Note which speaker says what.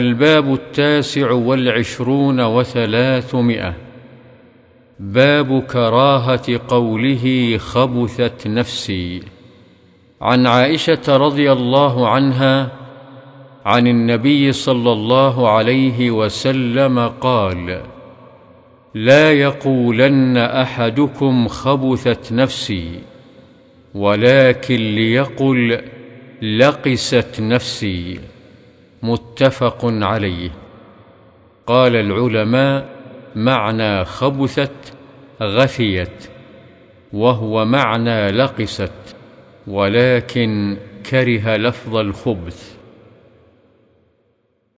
Speaker 1: الباب 29 و300. باب كراهة قوله خبثت نفسي. عن عائشة رضي الله عنها عن النبي صلى الله عليه وسلم قال: لا يقولن أحدكم خبثت نفسي، ولكن ليقل لقست نفسي. متفق عليه. قال العلماء: معنى خبثت غثيت، وهو معنى لقست، ولكن كره لفظ الخبث.